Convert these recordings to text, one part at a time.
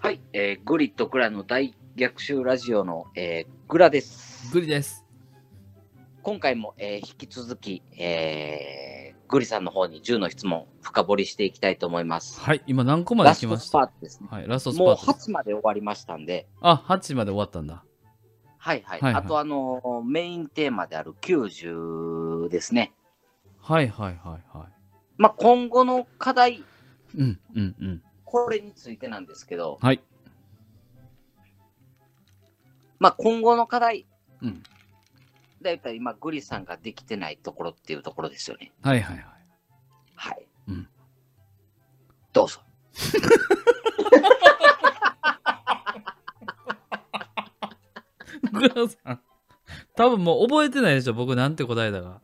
はい、グリとグラの大逆襲ラジオの、グラです。 グリです。 今回も、引き続き、グリさんの方に10の質問深掘りしていきたいと思います。 はい、今何個まで来ました？ ラストスパートですね。 はい、ラストスもうパートです。 8まで終わりましたんで。 あ、8まで終わったんだ。 はいはい。 はいはい。 あとメインテーマである90ですね。 はいはいはいはい。 まあ、今後の課題、 うんうんうん。 これについてなんですけど、 はい。 まあ、今後の課題、 うん。 だいたい今、グリさんができてないところっていうところですよね。 はいはいはい。 はい。 うん。 どうぞ。 グラさん、多分もう覚えてないでしょ、僕なんて答えたか。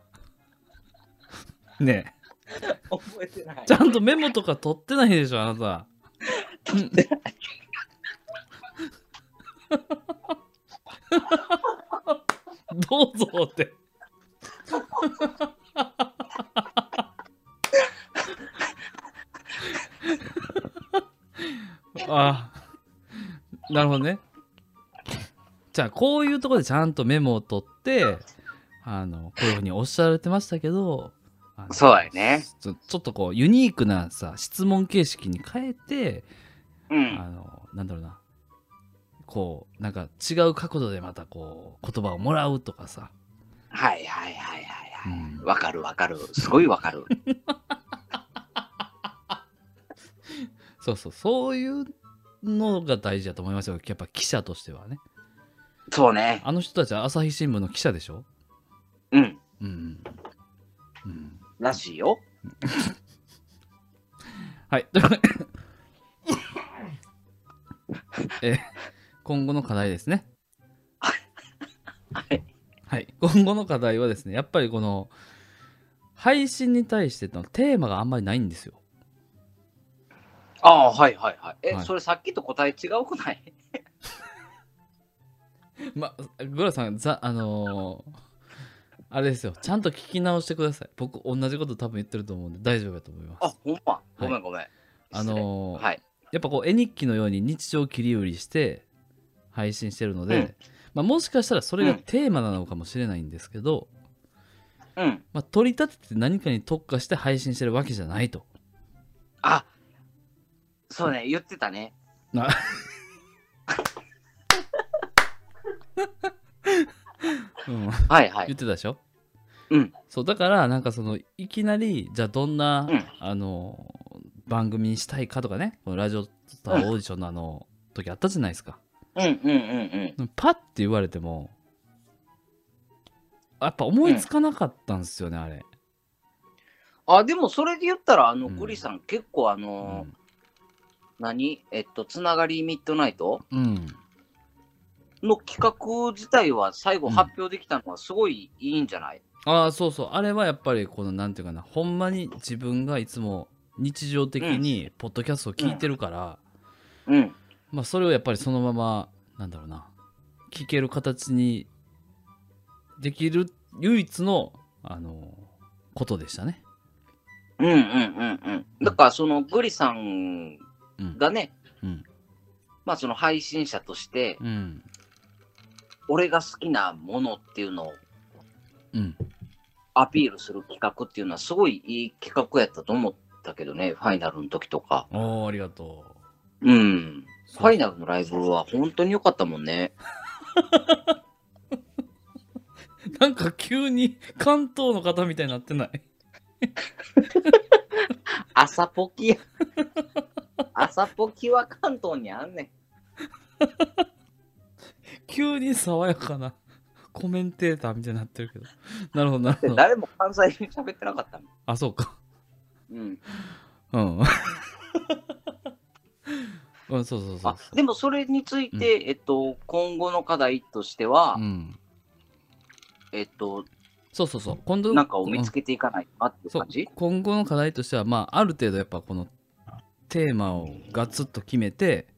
ね覚えてない。 え。ちゃんとメモとか取ってないでしょ、あなた。取ってない。どうぞって。ああ、なるほどね。じゃあこういうところでちゃんとメモを取ってこういうふうにおっしゃられてましたけど、 そうやね。 ちょっとこうユニークなさ質問形式に変えて、 うん。 なんだろうな、こうなんか違う角度でまたこう言葉をもらうとかさ。 はいはいはいはいはい。 うん、 わかるわかる。すごいわかる。 そうそう、そういうのが大事だと思いますよ、やっぱ記者としてはね。 そうね。 あの人たちは朝日新聞の記者でしょ。 うん。 うんうん。 らしいよ。 はい。今後の課題ですね。 はい。 はい。今後の課題はですね、やっぱりこの配信に対してのテーマがあんまりないんですよ。 ああ、はいはいはい。 はい、 それさっきと答え違うくない？ グラさん、あれですよ。ちゃんと聞き直してください。僕、同じこと多分言ってると思うんで大丈夫だと思います。 あ、ほんま。ごめはい、 んごめん。 はい、 い。 やっぱこう絵日記のように日常を切り売りして配信してるので、もしかしたらそれがテーマなのかもしれないんですけど、取り立てて何かに特化して配信してるわけじゃないと。 あ、そうね、言ってたね。 うん、 はいはい。 言ってたでしょ。 うん。 そうだからなんかいきなりじゃあどんな、番組にしたいかとかね、このラジオスターオーディションの時あったじゃないですか。パッて言われてもやっぱ思いつかなかったんですよね、あれ。 あ、でもそれで言ったらグリさん結構つながりミッドナイト、の企画自体は最後発表できたのはすごいいいんじゃない？ ああ、そうそう。あれはやっぱりこのなんていうかな、ほんまに自分がいつも日常的にポッドキャストを聞いてるから、それをやっぱりそのままなんだろうな、聞ける形にできる唯一のことでしたね。 だからそのグリさんがね、その配信者として、俺が好きなものっていうのをアピールする企画っていうのはすごいいい企画やったと思ったけどね、ファイナルの時とか。 ありがとう。ファイナルのライブは本当に良かったもんね。 なんか急に関東の方みたいになってない？ 朝ポキや。朝ポキは関東にあんねん。 急に爽やかなコメンテーターみたいになってるけど。なるほどなるほど。 誰も関西に喋ってなかったの。 あ、そうか。そうそうそうそう。 でもそれについて、今後の課題としては、 そうそうそう。今度なんかを見つけていかないかって感じ？ 今後の課題としては、ある程度やっぱこのテーマをガツッと決めて、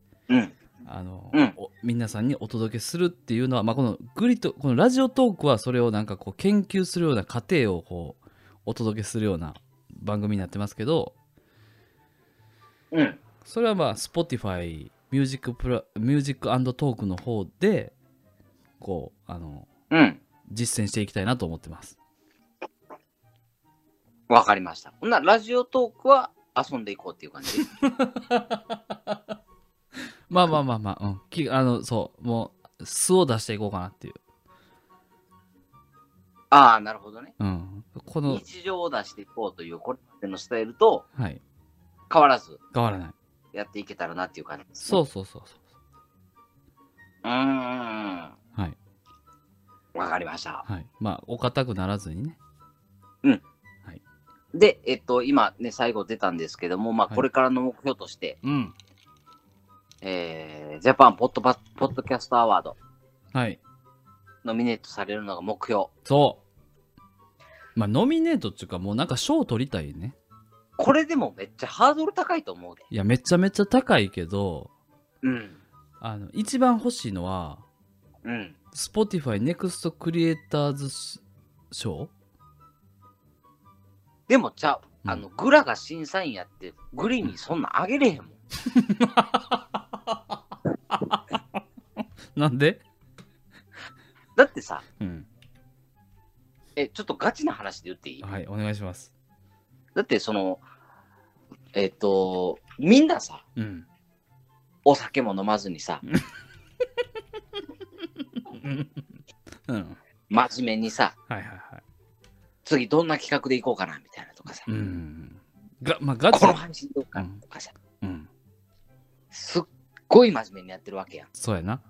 皆さんにお届けするっていうのは、このこのラジオトークはそれをなんかこう研究するような過程をこうお届けするような番組になってますけど、それはSpotify ミュージック&トークの方でこう実践していきたいなと思ってます。 わかりました。ほんならラジオトークは遊んでいこうっていう感じまあ、そう、もう素を出していこうかなっていう。 ああ、なるほどね。 この日常を出していこうというこれまでのスタイルと、 はい、 変わらず変わらない。 やっていけたらなっていう感じです、 ね。そう。 はい。わかりました。 はい。まあ、お堅くならずにね。 はい。で、今ね、最後出たんですけども、まあ、これからの目標として、ジャパンポッドキャストアワード。 はい。 ノミネートされるのが目標。 そう。まあ、ノミネートっていうか、もうなんか賞取りたいね。 これでもめっちゃハードル高いと思うで。 いや、めちゃめちゃ高いけど、 うん。 一番欲しいのは、Spotify Next Creators 賞？ でもグラが審査員やって、グリーンにそんなあげれへんもん。 なんで？ だってさ、ちょっとガチな話で言っていい？ はい、お願いします。 だってみんなさ、お酒も飲まずにさ、真面目にさ、次どんな企画でいこうかなみたいなとかさ、 ガチこの配信どうかとかさ、すっごい真面目にやってるわけやん。 そうやな。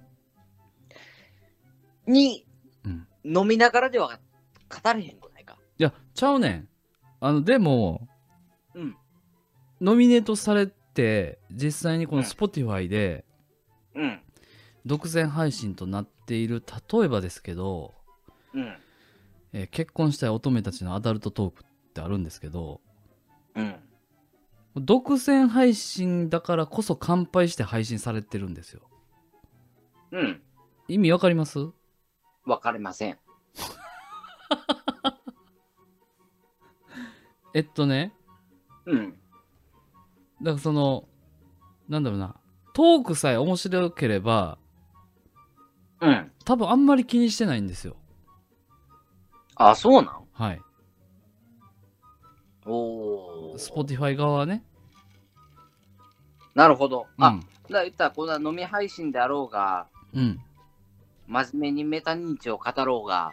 飲みながらでは語れへんくないか。 いや、ちゃうねん。でも、ノミネートされて、実際にこの Spotify で、独占配信となっている、例えばですけど、結婚したい乙女たちのアダルトトークってあるんですけど、独占配信だからこそ乾杯して配信されてるんですよ。意味わかります？ わかりません。 ね。だからなんだろうな、トークさえ面白ければ、多分あんまり気にしてないんですよ。 あ、そうなん？ はい。 おー。 Spotify 側はね。 なるほど。だから言ったら、こんな飲み配信であろうが、真面目にメタ認知を語ろうが、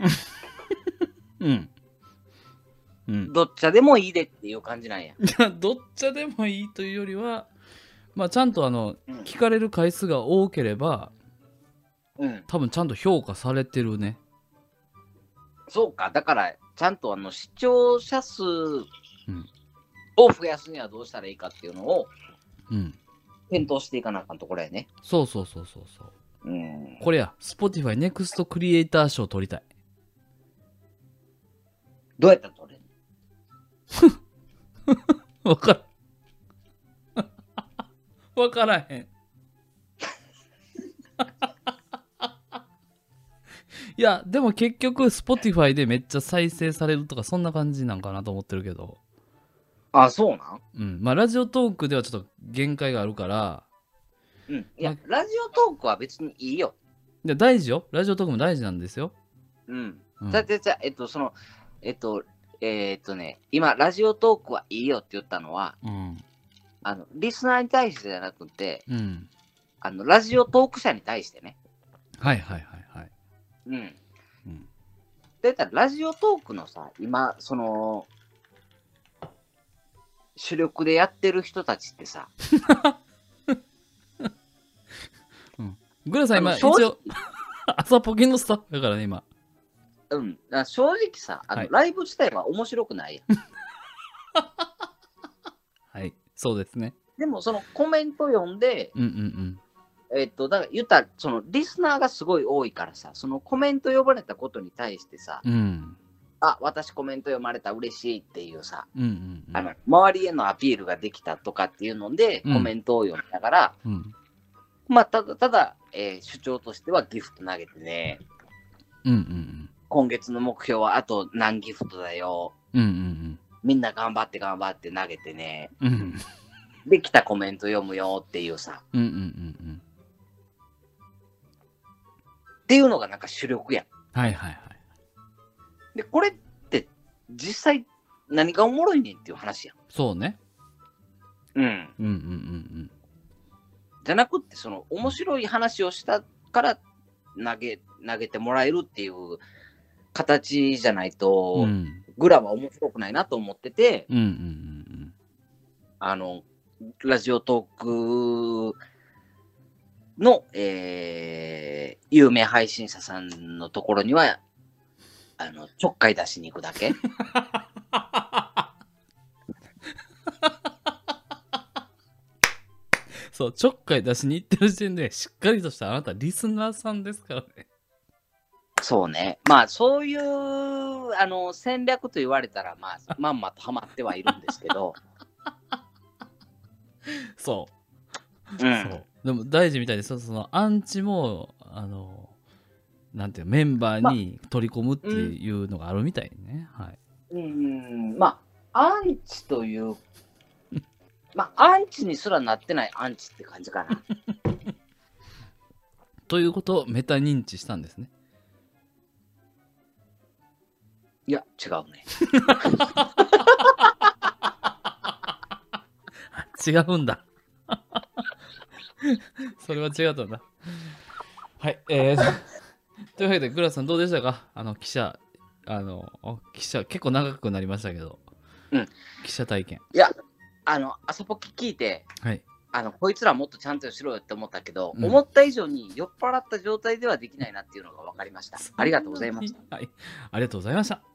どっちでもいいでっていう感じなんや。 どっちでもいいというよりは、まあちゃんと聞かれる回数が多ければ、多分ちゃんと評価されてるね。 そうか、だからちゃんと視聴者数を増やすにはどうしたらいいかっていうのを、検討していかなあかんところやね。 そう。これや、Spotify Next Creator 賞取りたい。 どうやったら取れるの？わからへん。いや、でも結局 Spotify でめっちゃ再生されるとかそんな感じなんかなと思ってるけど。 あ、そうなん？ まあラジオトークではちょっと限界があるから。 いや、ラジオトークは別にいいよ。 いや、大事よ。ラジオトークも大事なんですよ。 今、ラジオトークはいいよって言ったのは、リスナーに対してじゃなくて、ラジオトーク社に対してね。 はい。 で、言ったらラジオトークのさ、今、主力でやってる人たちってさ、 グラさん今、一応、朝ポケのスタッフだからね、今。 正直さ、ライブ自体は面白くないやん。 はい、そうですね。 でも、そのコメント読んで、だから言ったら、リスナーがすごい多いからさ、そのコメント呼ばれたことに対してさ、あ、私コメント読まれた嬉しいっていうさ、周りへのアピールができたとかっていうので、コメントを読みながら、まあ、ただ、主張としてはギフト投げてね、今月の目標はあと何ギフトだよ、みんな頑張って投げてね、 できたコメント読むよっていうさ。っていうのがなんか主力やん。 はいはいはい。 で、これって実際何がおもろいねんっていう話やん。 そうね。 じゃなくって、その面白い話をしたから投げてもらえるっていう形じゃないと、グラは面白くないなと思ってて、ラジオトークの、有名配信者さんのところには、ちょっかい出しに行くだけ。 そう、ちょっかい出しに行ってる時点で、しっかりとしたあなたリスナーさんですからね。 そうね。まあ、そういう戦略と言われたら、まあ、まんまとハマってはいるんですけど。 そう。そうでも大事みたいですよ。そのアンチもなんていうメンバーに取り込むっていうのがあるみたいね。はい。 まあアンチというまあアンチにすらなってないアンチって感じかな。 ということをメタ認知したんですね。 いや違うね。 違うんだ。それは違ったんだ。はい。というわけで、グラさんどうでしたか？記者結構長くなりましたけど、記者体験。 いや、朝ポキ聞いて、 はい、 こいつらもっとちゃんとしろよって思ったけど、思った以上に酔っ払った状態ではできないなっていうのが分かりました。ありがとうございました。 はい、ありがとうございました。